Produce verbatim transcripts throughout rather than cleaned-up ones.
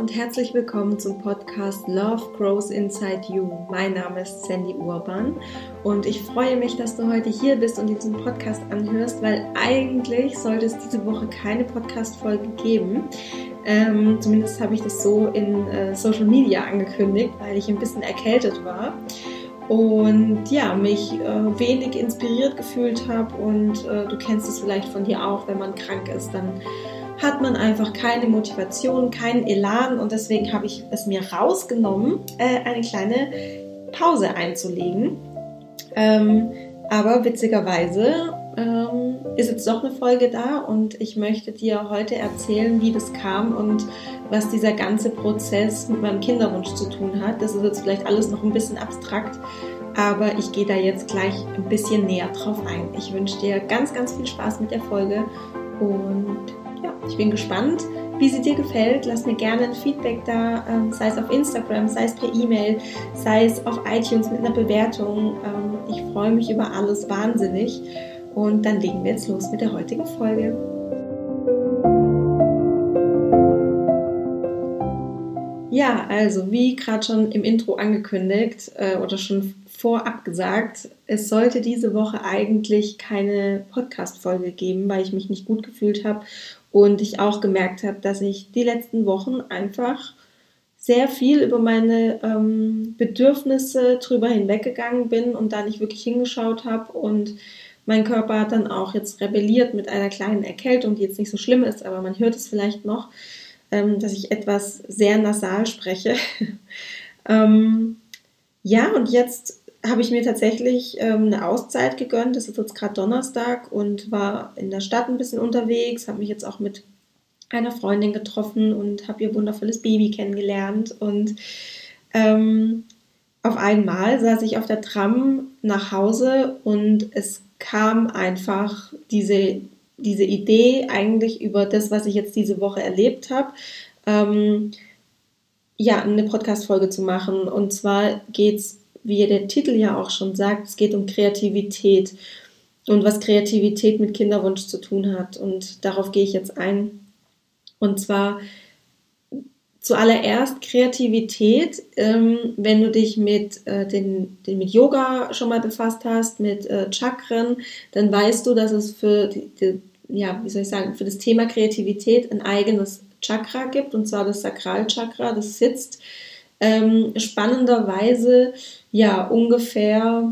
und herzlich willkommen zum Podcast Love Grows Inside You. Mein Name ist Sandy Urban und ich freue mich, dass du heute hier bist und diesen Podcast anhörst, weil eigentlich sollte es diese Woche keine Podcast-Folge geben. Ähm, zumindest habe ich das so in äh, Social Media angekündigt, weil ich ein bisschen erkältet war und ja, mich äh, wenig inspiriert gefühlt habe und äh, du kennst es vielleicht von dir auch, wenn man krank ist, dann hat man einfach keine Motivation, keinen Elan und deswegen habe ich es mir rausgenommen, äh, eine kleine Pause einzulegen. Ähm, aber witzigerweise ähm, ist jetzt doch eine Folge da und ich möchte dir heute erzählen, wie das kam und was dieser ganze Prozess mit meinem Kinderwunsch zu tun hat. Das ist jetzt vielleicht alles noch ein bisschen abstrakt, aber ich gehe da jetzt gleich ein bisschen näher drauf ein. Ich wünsche dir ganz, ganz viel Spaß mit der Folge und ja, ich bin gespannt, wie sie dir gefällt. Lass mir gerne ein Feedback da, ähm, sei es auf Instagram, sei es per E-Mail, sei es auf iTunes mit einer Bewertung. Ähm, ich freue mich über alles wahnsinnig. Und dann legen wir jetzt los mit der heutigen Folge. Ja, also wie gerade schon im Intro angekündigt äh, oder schon vorab gesagt, es sollte diese Woche eigentlich keine Podcast-Folge geben, weil ich mich nicht gut gefühlt habe und ich auch gemerkt habe, dass ich die letzten Wochen einfach sehr viel über meine ähm, Bedürfnisse drüber hinweggegangen bin und da nicht wirklich hingeschaut habe und mein Körper hat dann auch jetzt rebelliert mit einer kleinen Erkältung, die jetzt nicht so schlimm ist, aber man hört es vielleicht noch, ähm, dass ich etwas sehr nasal spreche. ähm, ja, und jetzt habe ich mir tatsächlich ähm, eine Auszeit gegönnt. Das ist jetzt gerade Donnerstag und war in der Stadt ein bisschen unterwegs, habe mich jetzt auch mit einer Freundin getroffen und habe ihr wundervolles Baby kennengelernt. Und ähm, auf einmal saß ich auf der Tram nach Hause und es kam einfach diese, diese Idee eigentlich über das, was ich jetzt diese Woche erlebt habe, ähm, ja, eine Podcast-Folge zu machen. Und zwar geht es, wie der Titel ja auch schon sagt, es geht um Kreativität und was Kreativität mit Kinderwunsch zu tun hat. Und darauf gehe ich jetzt ein. Und zwar zuallererst Kreativität, ähm, wenn du dich mit, äh, den, den, mit Yoga schon mal befasst hast, mit äh, Chakren, dann weißt du, dass es für, die, die, ja, wie soll ich sagen, für das Thema Kreativität ein eigenes Chakra gibt, und zwar das Sakralchakra, das sitzt ähm, spannenderweise ja ungefähr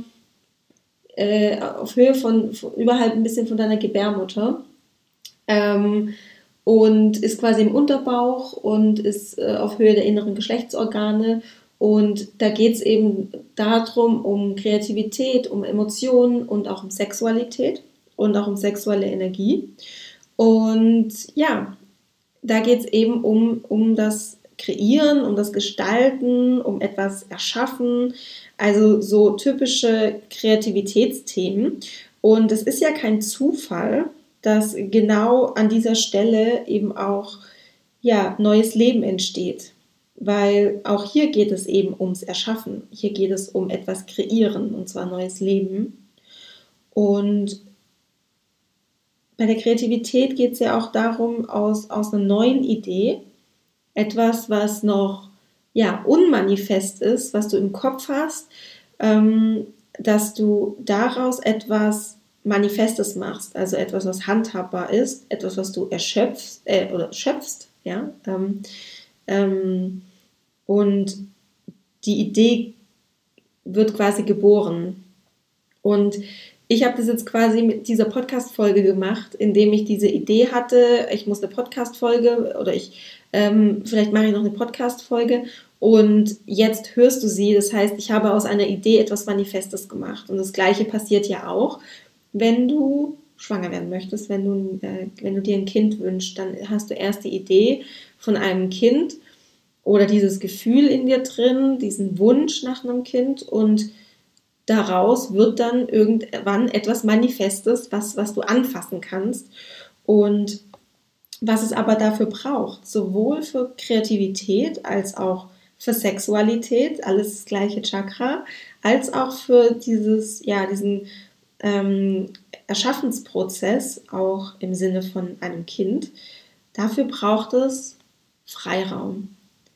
äh, auf Höhe von, von überhalb ein bisschen von deiner Gebärmutter ähm, und ist quasi im Unterbauch und ist äh, auf Höhe der inneren Geschlechtsorgane und da geht es eben darum, um Kreativität, um Emotionen und auch um Sexualität und auch um sexuelle Energie und ja, da geht es eben um, um das Kreieren, um das Gestalten, um etwas erschaffen, also so typische Kreativitätsthemen. Und es ist ja kein Zufall, dass genau an dieser Stelle eben auch ja, neues Leben entsteht. Weil auch hier geht es eben ums Erschaffen. Hier geht es um etwas kreieren, und zwar neues Leben. Und bei der Kreativität geht es ja auch darum, aus, aus einer neuen Idee, etwas, was noch ja, unmanifest ist, was du im Kopf hast, ähm, dass du daraus etwas Manifestes machst, also etwas, was handhabbar ist, etwas, was du erschöpfst äh, oder schöpfst, ja, ähm, ähm, und die Idee wird quasi geboren. Und ich habe das jetzt quasi mit dieser Podcast-Folge gemacht, indem ich diese Idee hatte, ich muss eine Podcast-Folge oder ich, ähm, vielleicht mache ich noch eine Podcast-Folge und jetzt hörst du sie. Das heißt, ich habe aus einer Idee etwas Manifestes gemacht und das Gleiche passiert ja auch, wenn du schwanger werden möchtest, wenn du, äh, wenn du dir ein Kind wünschst, dann hast du erst die Idee von einem Kind oder dieses Gefühl in dir drin, diesen Wunsch nach einem Kind und daraus wird dann irgendwann etwas Manifestes, was, was du anfassen kannst und was es aber dafür braucht, sowohl für Kreativität als auch für Sexualität, alles das gleiche Chakra, als auch für dieses, ja, diesen ähm, Erschaffensprozess, auch im Sinne von einem Kind. Dafür braucht es Freiraum.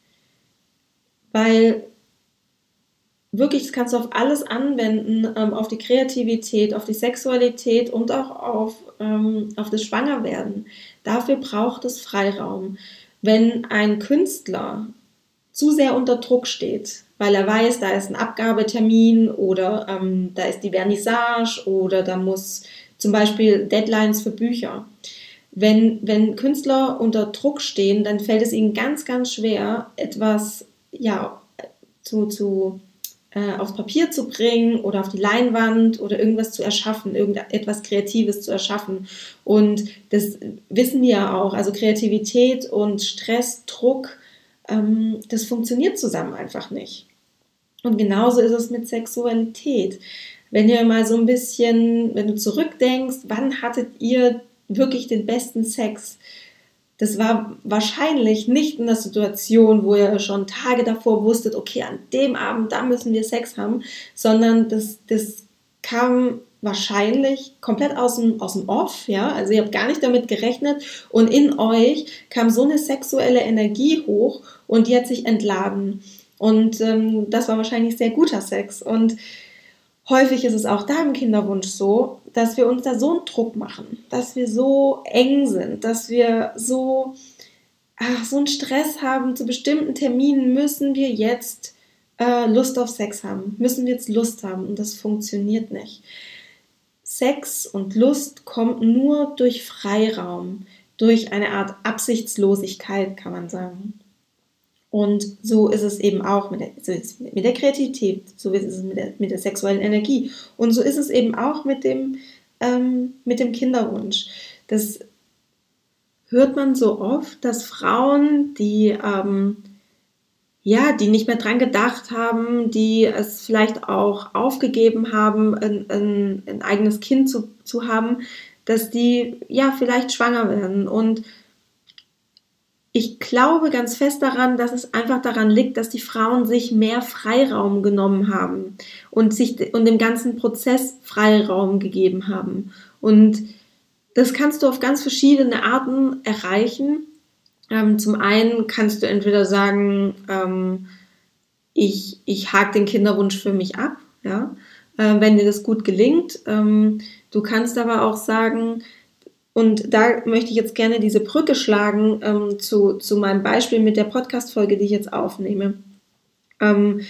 weil wirklich, das kannst du auf alles anwenden, ähm, auf die Kreativität, auf die Sexualität und auch auf, ähm, auf das Schwangerwerden. Dafür braucht es Freiraum. Wenn ein Künstler zu sehr unter Druck steht, weil er weiß, da ist ein Abgabetermin oder ähm, da ist die Vernissage oder da muss zum Beispiel Deadlines für Bücher. Wenn, wenn Künstler unter Druck stehen, dann fällt es ihnen ganz, ganz schwer, etwas ja, zu, zu, äh, aufs Papier zu bringen oder auf die Leinwand oder irgendwas zu erschaffen, irgendetwas Kreatives zu erschaffen. Und das wissen wir ja auch. Also Kreativität und Stress, Druck, ähm, das funktioniert zusammen einfach nicht. Und genauso ist es mit Sexualität. Wenn ihr mal so ein bisschen, wenn du zurückdenkst, wann hattet ihr wirklich den besten Sex? Das war wahrscheinlich nicht in der Situation, wo ihr schon Tage davor wusstet, okay, an dem Abend, da müssen wir Sex haben, sondern das, das kam wahrscheinlich komplett aus dem, aus dem Off, ja, also ihr habt gar nicht damit gerechnet und in euch kam so eine sexuelle Energie hoch und die hat sich entladen und ähm, das war wahrscheinlich sehr guter Sex und häufig ist es auch da im Kinderwunsch so, dass wir uns da so einen Druck machen, dass wir so eng sind, dass wir so, ach, so einen Stress haben, zu bestimmten Terminen müssen wir jetzt äh, Lust auf Sex haben, müssen wir jetzt Lust haben und das funktioniert nicht. Sex und Lust kommt nur durch Freiraum, durch eine Art Absichtslosigkeit, kann man sagen. Und so ist es eben auch mit der, so ist es mit der Kreativität, so ist es mit der, mit der sexuellen Energie. Und so ist es eben auch mit dem, ähm, mit dem Kinderwunsch. Das hört man so oft, dass Frauen, die, ähm, ja, die nicht mehr dran gedacht haben, die es vielleicht auch aufgegeben haben, ein, ein, ein eigenes Kind zu, zu haben, dass die ja vielleicht schwanger werden. Und ich glaube ganz fest daran, dass es einfach daran liegt, dass die Frauen sich mehr Freiraum genommen haben und sich und dem ganzen Prozess Freiraum gegeben haben. Und das kannst du auf ganz verschiedene Arten erreichen. Ähm, zum einen kannst du entweder sagen, ähm, ich, ich hake den Kinderwunsch für mich ab, ja, äh, wenn dir das gut gelingt. Ähm, du kannst aber auch sagen, und da möchte ich jetzt gerne diese Brücke schlagen ähm, zu, zu meinem Beispiel mit der Podcast-Folge, die ich jetzt aufnehme. Ähm,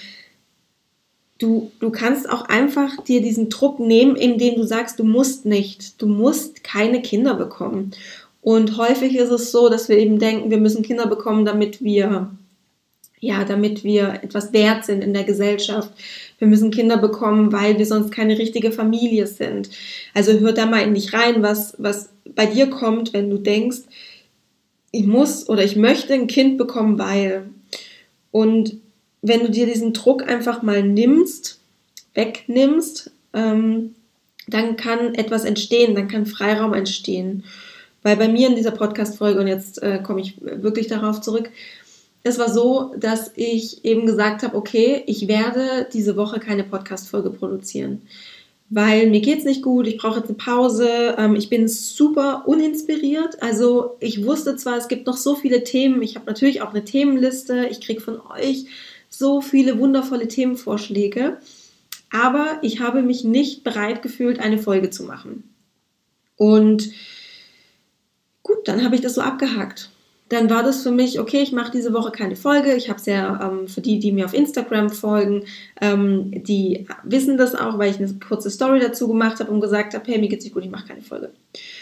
du, du kannst auch einfach dir diesen Druck nehmen, indem du sagst, du musst nicht, du musst keine Kinder bekommen. Und häufig ist es so, dass wir eben denken, wir müssen Kinder bekommen, damit wir, ja, damit wir etwas wert sind in der Gesellschaft. Wir müssen Kinder bekommen, weil wir sonst keine richtige Familie sind. Also hör da mal in dich rein, was, was bei dir kommt, wenn du denkst, ich muss oder ich möchte ein Kind bekommen, weil. Und wenn du dir diesen Druck einfach mal nimmst, wegnimmst, ähm, dann kann etwas entstehen, dann kann Freiraum entstehen. Weil bei mir in dieser Podcast-Folge, und jetzt äh, komme ich wirklich darauf zurück, es war so, dass ich eben gesagt habe, okay, ich werde diese Woche keine Podcast-Folge produzieren, weil mir geht's nicht gut, ich brauche jetzt eine Pause, ähm, ich bin super uninspiriert, also ich wusste zwar, es gibt noch so viele Themen, ich habe natürlich auch eine Themenliste, ich kriege von euch so viele wundervolle Themenvorschläge, aber ich habe mich nicht bereit gefühlt, eine Folge zu machen. Und gut, dann habe ich das so abgehakt. Dann war das für mich, okay, ich mache diese Woche keine Folge. Ich habe es ja, ähm, für die, die mir auf Instagram folgen, ähm, die wissen das auch, weil ich eine kurze Story dazu gemacht habe und gesagt habe, hey, mir geht's nicht gut, ich mache keine Folge.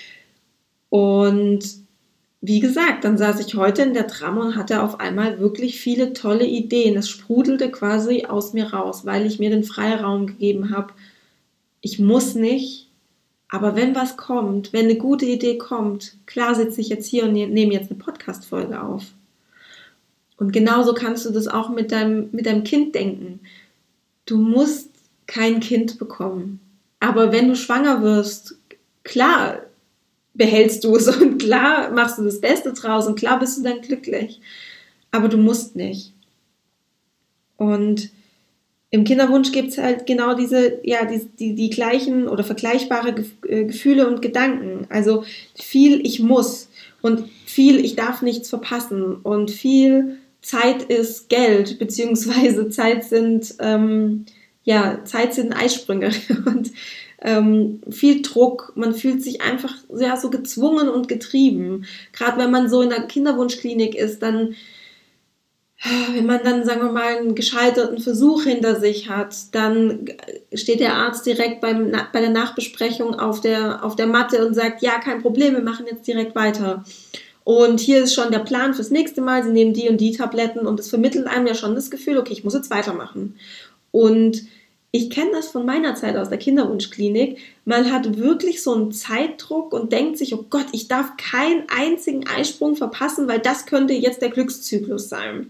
Und wie gesagt, dann saß ich heute in der Tram und hatte auf einmal wirklich viele tolle Ideen. Es sprudelte quasi aus mir raus, weil ich mir den Freiraum gegeben habe. Ich muss nicht. Aber wenn was kommt, wenn eine gute Idee kommt, klar sitze ich jetzt hier und nehme jetzt eine Podcast-Folge auf. Und genauso kannst du das auch mit deinem, mit deinem Kind denken. Du musst kein Kind bekommen. Aber wenn du schwanger wirst, klar behältst du es und klar machst du das Beste draus und klar bist du dann glücklich. Aber du musst nicht. Und im Kinderwunsch gibt es halt genau diese, ja, die, die, die gleichen oder vergleichbare Gefühle und Gedanken. Also viel ich muss und viel ich darf nichts verpassen und viel Zeit ist Geld, beziehungsweise Zeit sind, ähm, ja, Zeit sind Eisprünge und ähm, viel Druck. Man fühlt sich einfach ja, so gezwungen und getrieben. Gerade wenn man so in der Kinderwunschklinik ist, dann, wenn man dann, sagen wir mal, einen gescheiterten Versuch hinter sich hat, dann steht der Arzt direkt beim, bei der Nachbesprechung auf der, auf der Matte und sagt, ja, kein Problem, wir machen jetzt direkt weiter. Und hier ist schon der Plan fürs nächste Mal, sie nehmen die und die Tabletten und es vermittelt einem ja schon das Gefühl, okay, ich muss jetzt weitermachen. Und ich kenne das von meiner Zeit aus der Kinderwunschklinik. Man hat wirklich so einen Zeitdruck und denkt sich, oh Gott, ich darf keinen einzigen Eisprung verpassen, weil das könnte jetzt der Glückszyklus sein.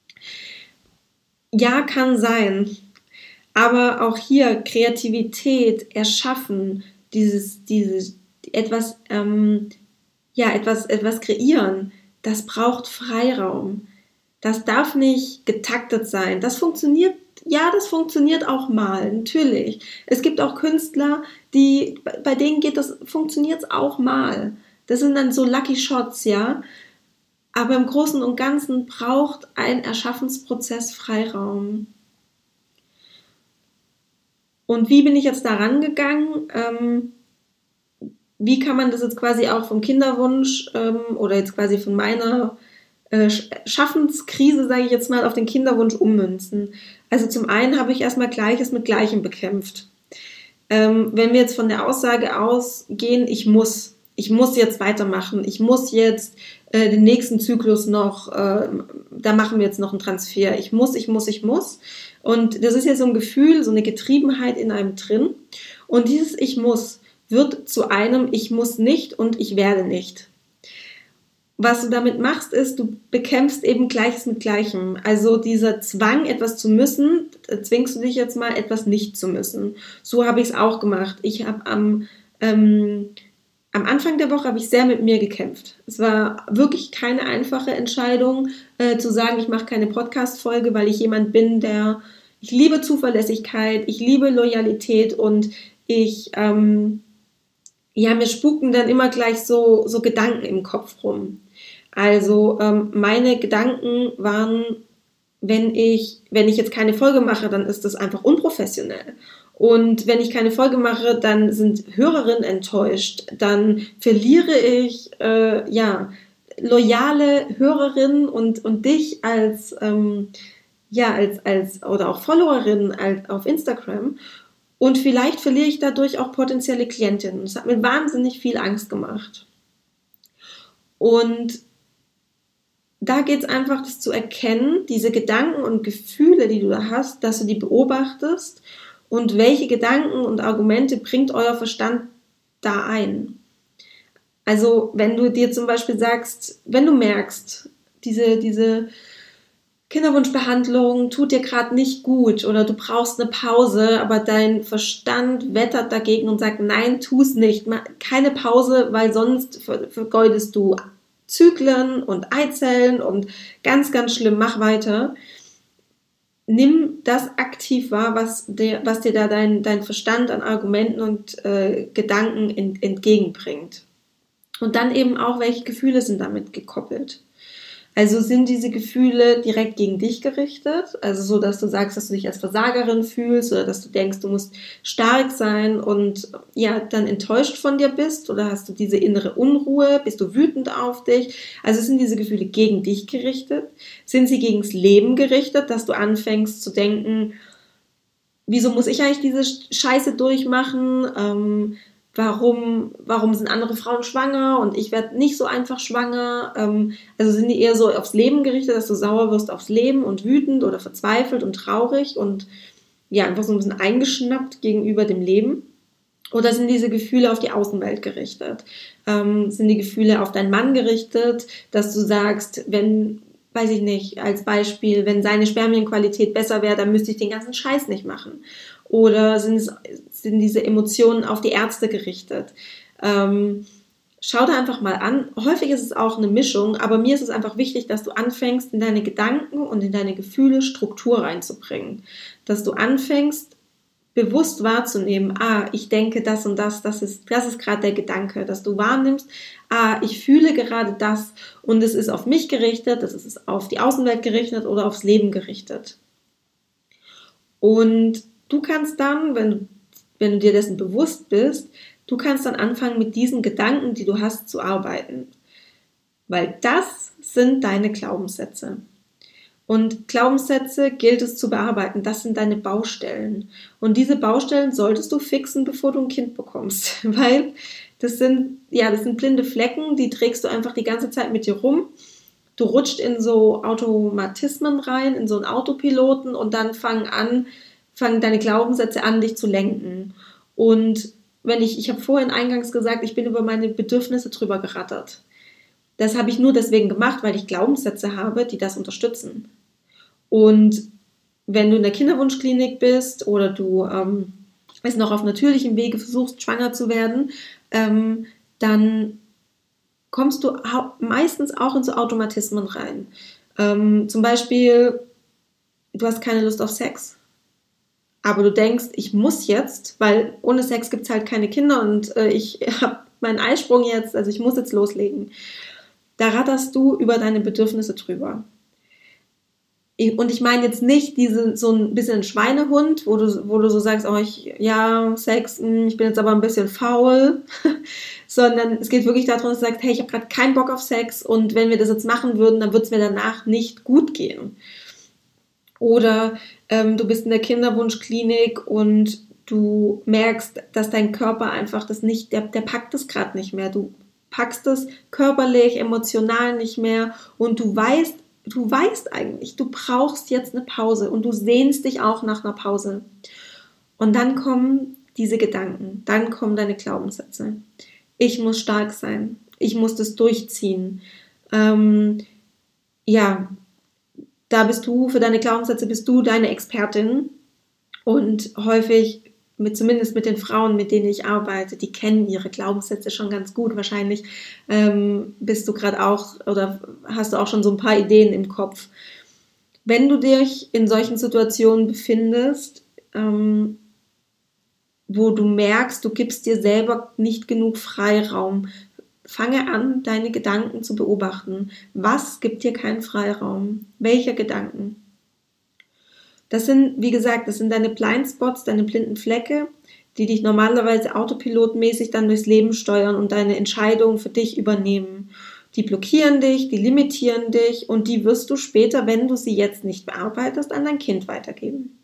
Ja, kann sein. Aber auch hier Kreativität, Erschaffen, dieses, dieses etwas, ähm, ja, etwas, etwas kreieren, das braucht Freiraum. Das darf nicht getaktet sein. Das funktioniert, ja, das funktioniert auch mal, natürlich. Es gibt auch Künstler, die, bei denen geht das, funktioniert es auch mal. Das sind dann so Lucky Shots, ja. Aber im Großen und Ganzen braucht ein Erschaffensprozess Freiraum. Und wie bin ich jetzt da rangegangen? Ähm, wie kann man das jetzt quasi auch vom Kinderwunsch ähm, oder jetzt quasi von meiner äh, Schaffenskrise, sage ich jetzt mal, auf den Kinderwunsch ummünzen? Also zum einen habe ich erstmal Gleiches mit Gleichem bekämpft. Ähm, wenn wir jetzt von der Aussage ausgehen, ich muss, ich muss jetzt weitermachen, ich muss jetzt äh, den nächsten Zyklus noch, äh, da machen wir jetzt noch einen Transfer, ich muss, ich muss, ich muss. Und das ist ja so ein Gefühl, so eine Getriebenheit in einem drin. Und dieses Ich muss wird zu einem Ich muss nicht und ich werde nicht. Was du damit machst, ist, du bekämpfst eben Gleiches mit Gleichem. Also dieser Zwang, etwas zu müssen, zwingst du dich jetzt mal, etwas nicht zu müssen. So habe ich es auch gemacht. Ich habe am, ähm, am Anfang der Woche habe ich sehr mit mir gekämpft. Es war wirklich keine einfache Entscheidung, äh, zu sagen, ich mache keine Podcast-Folge, weil ich jemand bin, der, ich liebe Zuverlässigkeit, ich liebe Loyalität und ich, ähm, ja, mir spuken dann immer gleich so, so Gedanken im Kopf rum. Also ähm, meine Gedanken waren, wenn ich, wenn ich jetzt keine Folge mache, dann ist das einfach unprofessionell. Und wenn ich keine Folge mache, dann sind Hörerinnen enttäuscht. Dann verliere ich äh, ja loyale Hörerinnen und, und dich als, ähm, ja, als, als oder auch Followerinnen als, auf Instagram. Und vielleicht verliere ich dadurch auch potenzielle Klientinnen. Das hat mir wahnsinnig viel Angst gemacht. Und da geht es einfach, das zu erkennen, diese Gedanken und Gefühle, die du da hast, dass du die beobachtest und welche Gedanken und Argumente bringt euer Verstand da ein. Also wenn du dir zum Beispiel sagst, wenn du merkst, diese, diese Kinderwunschbehandlung tut dir gerade nicht gut oder du brauchst eine Pause, aber dein Verstand wettert dagegen und sagt, nein, tu es nicht, keine Pause, weil sonst vergeudest du Zyklen und Eizellen und ganz, ganz schlimm, mach weiter. Nimm das aktiv wahr, was dir, was dir da dein, dein Verstand an Argumenten und äh, Gedanken ent, entgegenbringt. Und dann eben auch, welche Gefühle sind damit gekoppelt. Also sind diese Gefühle direkt gegen dich gerichtet, also so, dass du sagst, dass du dich als Versagerin fühlst oder dass du denkst, du musst stark sein und ja, dann enttäuscht von dir bist oder hast du diese innere Unruhe, bist du wütend auf dich? Also sind diese Gefühle gegen dich gerichtet? Sind sie gegens Leben gerichtet, dass du anfängst zu denken, wieso muss ich eigentlich diese Scheiße durchmachen? Ähm, Warum, warum sind andere Frauen schwanger und ich werde nicht so einfach schwanger? Ähm, also sind die eher so aufs Leben gerichtet, dass du sauer wirst aufs Leben und wütend oder verzweifelt und traurig und ja, einfach so ein bisschen eingeschnappt gegenüber dem Leben? Oder sind diese Gefühle auf die Außenwelt gerichtet? Ähm, sind die Gefühle auf deinen Mann gerichtet, dass du sagst, wenn, weiß ich nicht, als Beispiel, wenn seine Spermienqualität besser wäre, dann müsste ich den ganzen Scheiß nicht machen? Oder sind, es, sind diese Emotionen auf die Ärzte gerichtet? Ähm, schau da einfach mal an. Häufig ist es auch eine Mischung, aber mir ist es einfach wichtig, dass du anfängst, in deine Gedanken und in deine Gefühle Struktur reinzubringen. Dass du anfängst, bewusst wahrzunehmen, ah, ich denke das und das, das ist, das ist gerade der Gedanke, dass du wahrnimmst, ah, ich fühle gerade das und es ist auf mich gerichtet, es ist auf die Außenwelt gerichtet oder aufs Leben gerichtet. Und du kannst dann, wenn du, wenn du dir dessen bewusst bist, du kannst dann anfangen, mit diesen Gedanken, die du hast, zu arbeiten. Weil das sind deine Glaubenssätze. Und Glaubenssätze gilt es zu bearbeiten. Das sind deine Baustellen. Und diese Baustellen solltest du fixen, bevor du ein Kind bekommst. Weil das sind, ja, das sind blinde Flecken, die trägst du einfach die ganze Zeit mit dir rum. Du rutscht in so Automatismen rein, in so einen Autopiloten und dann fangen an, fangen deine Glaubenssätze an, dich zu lenken. Und wenn ich, ich habe vorhin eingangs gesagt, ich bin über meine Bedürfnisse drüber gerattert. Das habe ich nur deswegen gemacht, weil ich Glaubenssätze habe, die das unterstützen. Und wenn du in der Kinderwunschklinik bist oder du ähm, es noch auf natürlichem Wege versuchst, schwanger zu werden, ähm, dann kommst du meistens auch in so Automatismen rein. Ähm, zum Beispiel, du hast keine Lust auf Sex, aber du denkst, ich muss jetzt, weil ohne Sex gibt es halt keine Kinder und äh, ich habe meinen Eisprung jetzt, also ich muss jetzt loslegen. Da ratterst du über deine Bedürfnisse drüber. Und ich meine jetzt nicht diese, so ein bisschen Schweinehund, wo du, wo du so sagst, oh, ich, ja, Sex, ich bin jetzt aber ein bisschen faul, sondern es geht wirklich darum, dass du sagst, hey, ich habe gerade keinen Bock auf Sex und wenn wir das jetzt machen würden, dann würde es mir danach nicht gut gehen. Oder ähm, du bist in der Kinderwunschklinik und du merkst, dass dein Körper einfach das nicht, der, der packt das gerade nicht mehr. Du packst es körperlich, emotional nicht mehr und du weißt, du weißt eigentlich, du brauchst jetzt eine Pause und du sehnst dich auch nach einer Pause. Und dann kommen diese Gedanken, dann kommen deine Glaubenssätze. Ich muss stark sein, ich muss das durchziehen. Ähm, ja, da bist du, für deine Glaubenssätze bist du deine Expertin und häufig, mit, zumindest mit den Frauen, mit denen ich arbeite, die kennen ihre Glaubenssätze schon ganz gut. Wahrscheinlich ähm, bist du gerade auch oder hast du auch schon so ein paar Ideen im Kopf. Wenn du dich in solchen Situationen befindest, ähm, wo du merkst, du gibst dir selber nicht genug Freiraum, fange an, deine Gedanken zu beobachten. Was gibt dir keinen Freiraum? Welche Gedanken? Das sind, wie gesagt, das sind deine Blindspots, deine blinden Flecke, die dich normalerweise autopilotmäßig dann durchs Leben steuern und deine Entscheidungen für dich übernehmen. Die blockieren dich, die limitieren dich und die wirst du später, wenn du sie jetzt nicht bearbeitest, an dein Kind weitergeben.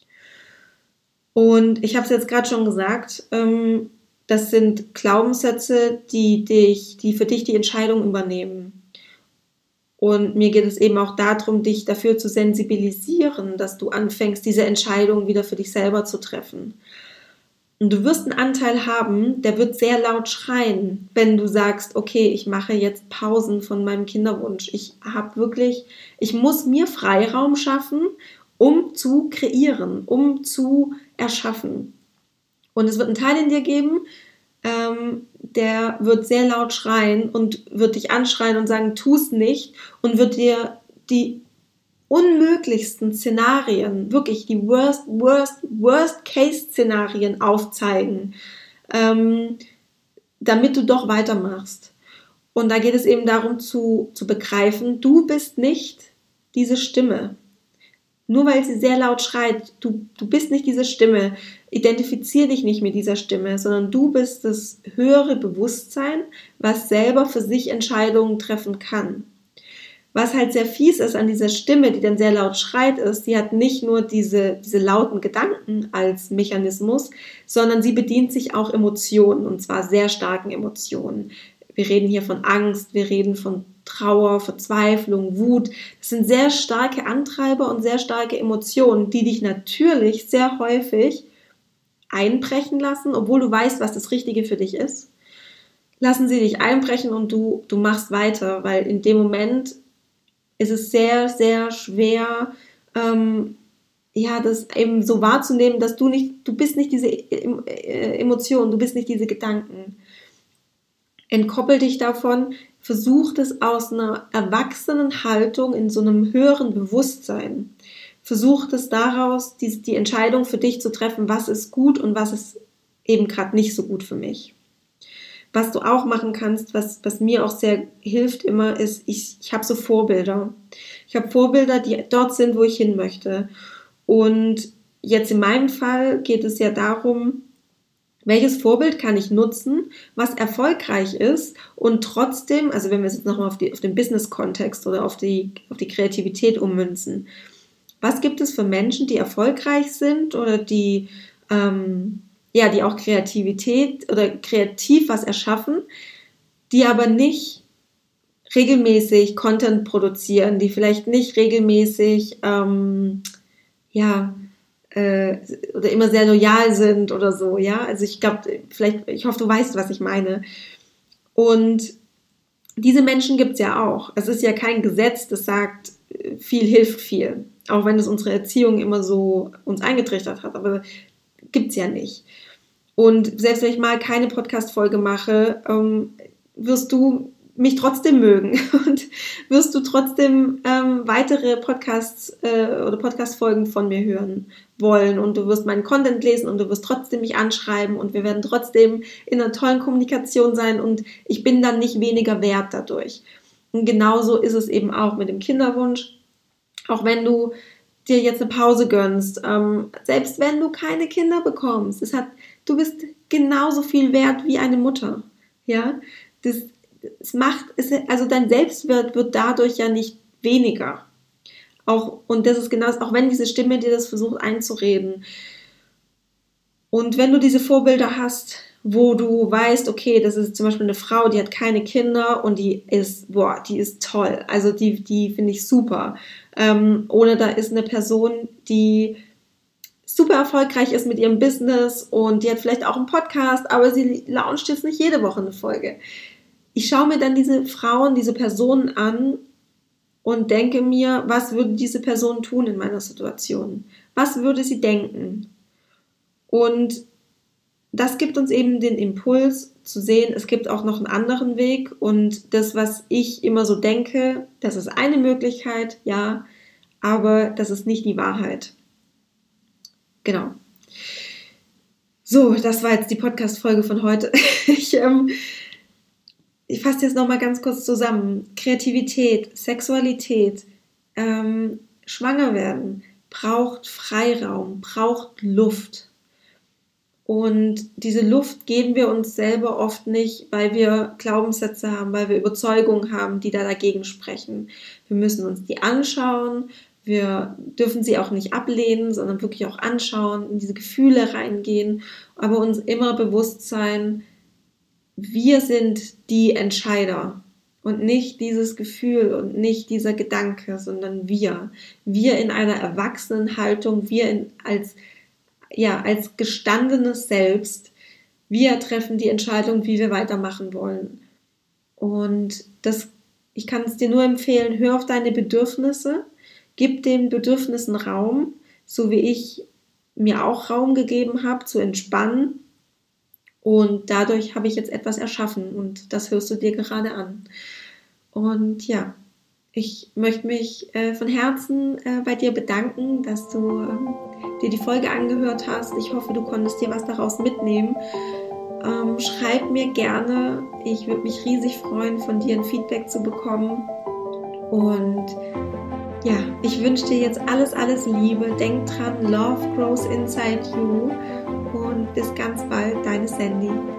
Und ich habe es jetzt gerade schon gesagt, ähm, das sind Glaubenssätze, die dich, die für dich die Entscheidung übernehmen. Und mir geht es eben auch darum, dich dafür zu sensibilisieren, dass du anfängst, diese Entscheidung wieder für dich selber zu treffen. Und du wirst einen Anteil haben, der wird sehr laut schreien, wenn du sagst, okay, ich mache jetzt Pausen von meinem Kinderwunsch. Ich habe wirklich, ich muss mir Freiraum schaffen, um zu kreieren, um zu erschaffen. Und es wird einen Teil in dir geben, ähm, der wird sehr laut schreien und wird dich anschreien und sagen, tu es nicht und wird dir die unmöglichsten Szenarien, wirklich die worst, worst, worst case Szenarien aufzeigen, ähm, damit du doch weitermachst. Und da geht es eben darum zu, zu begreifen, du bist nicht diese Stimme. Nur weil sie sehr laut schreit, du, du bist nicht diese Stimme, identifizier dich nicht mit dieser Stimme, sondern du bist das höhere Bewusstsein, was selber für sich Entscheidungen treffen kann. Was halt sehr fies ist an dieser Stimme, die dann sehr laut schreit, ist, sie hat nicht nur diese, diese lauten Gedanken als Mechanismus, sondern sie bedient sich auch Emotionen, und zwar sehr starken Emotionen. Wir reden hier von Angst, wir reden von Trauer, Verzweiflung, Wut. Das sind sehr starke Antreiber und sehr starke Emotionen, die dich natürlich sehr häufig einbrechen lassen, obwohl du weißt, was das Richtige für dich ist. Lassen sie dich einbrechen und du, du machst weiter, weil in dem Moment ist es sehr, sehr schwer, ähm, ja, das eben so wahrzunehmen, dass du nicht, du bist nicht diese Emotionen, du bist nicht diese Gedanken. Entkoppel dich davon, versuch das aus einer erwachsenen Haltung in so einem höheren Bewusstsein. versuch das daraus, die, die Entscheidung für dich zu treffen, was ist gut und was ist eben gerade nicht so gut für mich. Was du auch machen kannst, was, was mir auch sehr hilft immer, ist, ich, ich habe so Vorbilder. Ich habe Vorbilder, die dort sind, wo ich hin möchte. Und jetzt in meinem Fall geht es ja darum, welches Vorbild kann ich nutzen, was erfolgreich ist und trotzdem, also wenn wir es jetzt nochmal auf, die, auf den Business-Kontext oder auf die, auf die Kreativität ummünzen, was gibt es für Menschen, die erfolgreich sind oder die, ähm, ja, die auch Kreativität oder kreativ was erschaffen, die aber nicht regelmäßig Content produzieren, die vielleicht nicht regelmäßig, ähm, ja, äh, oder immer sehr loyal sind oder so, ja. Also ich glaube, vielleicht, ich hoffe, du weißt, was ich meine. Und diese Menschen gibt es ja auch. Es ist ja kein Gesetz, das sagt, viel hilft viel. Auch wenn es unsere Erziehung immer so uns eingetrichtert hat, aber gibt's ja nicht. Und selbst wenn ich mal keine Podcast-Folge mache, ähm, wirst du mich trotzdem mögen und wirst du trotzdem ähm, weitere Podcasts äh, oder Podcast-Folgen von mir hören wollen und du wirst meinen Content lesen und du wirst trotzdem mich anschreiben und wir werden trotzdem in einer tollen Kommunikation sein und ich bin dann nicht weniger wert dadurch. Und genauso ist es eben auch mit dem Kinderwunsch. Auch wenn du dir jetzt eine Pause gönnst, ähm, selbst wenn du keine Kinder bekommst, es hat, du bist genauso viel wert wie eine Mutter. Ja, das, es macht, es, also dein Selbstwert wird dadurch ja nicht weniger. Auch, und das ist genau, auch wenn diese Stimme dir das versucht einzureden. Und wenn du diese Vorbilder hast, wo du weißt, okay, das ist zum Beispiel eine Frau, die hat keine Kinder und die ist, boah, die ist toll. Also die, die finde ich super. Ähm, oder da ist eine Person, die super erfolgreich ist mit ihrem Business und die hat vielleicht auch einen Podcast, aber sie launcht jetzt nicht jede Woche eine Folge. Ich schaue mir dann diese Frauen, diese Personen an und denke mir, was würde diese Person tun in meiner Situation? Was würde sie denken? Und das gibt uns eben den Impuls zu sehen, es gibt auch noch einen anderen Weg und das, was ich immer so denke, das ist eine Möglichkeit, ja, aber das ist nicht die Wahrheit. Genau. So, das war jetzt die Podcast-Folge von heute. Ich, ähm, ich fasse jetzt nochmal ganz kurz zusammen. Kreativität, Sexualität, ähm, schwanger werden, braucht Freiraum, braucht Luft. Und diese Luft geben wir uns selber oft nicht, weil wir Glaubenssätze haben, weil wir Überzeugungen haben, die da dagegen sprechen. Wir müssen uns die anschauen, wir dürfen sie auch nicht ablehnen, sondern wirklich auch anschauen, in diese Gefühle reingehen, aber uns immer bewusst sein, wir sind die Entscheider und nicht dieses Gefühl und nicht dieser Gedanke, sondern wir. Wir in einer erwachsenen Haltung, wir in, als ja, als gestandenes Selbst, wir treffen die Entscheidung, wie wir weitermachen wollen. Und das, ich kann es dir nur empfehlen, hör auf deine Bedürfnisse, gib den Bedürfnissen Raum, so wie ich mir auch Raum gegeben habe, zu entspannen. Und dadurch habe ich jetzt etwas erschaffen und das hörst du dir gerade an. Und ja, ich möchte mich äh, von Herzen äh, bei dir bedanken, dass du ähm, dir die Folge angehört hast. Ich hoffe, du konntest dir was daraus mitnehmen. Ähm, schreib mir gerne. Ich würde mich riesig freuen, von dir ein Feedback zu bekommen. Und ja, ich wünsche dir jetzt alles, alles Liebe. Denk dran, Love grows inside you. Und bis ganz bald, deine Sandy.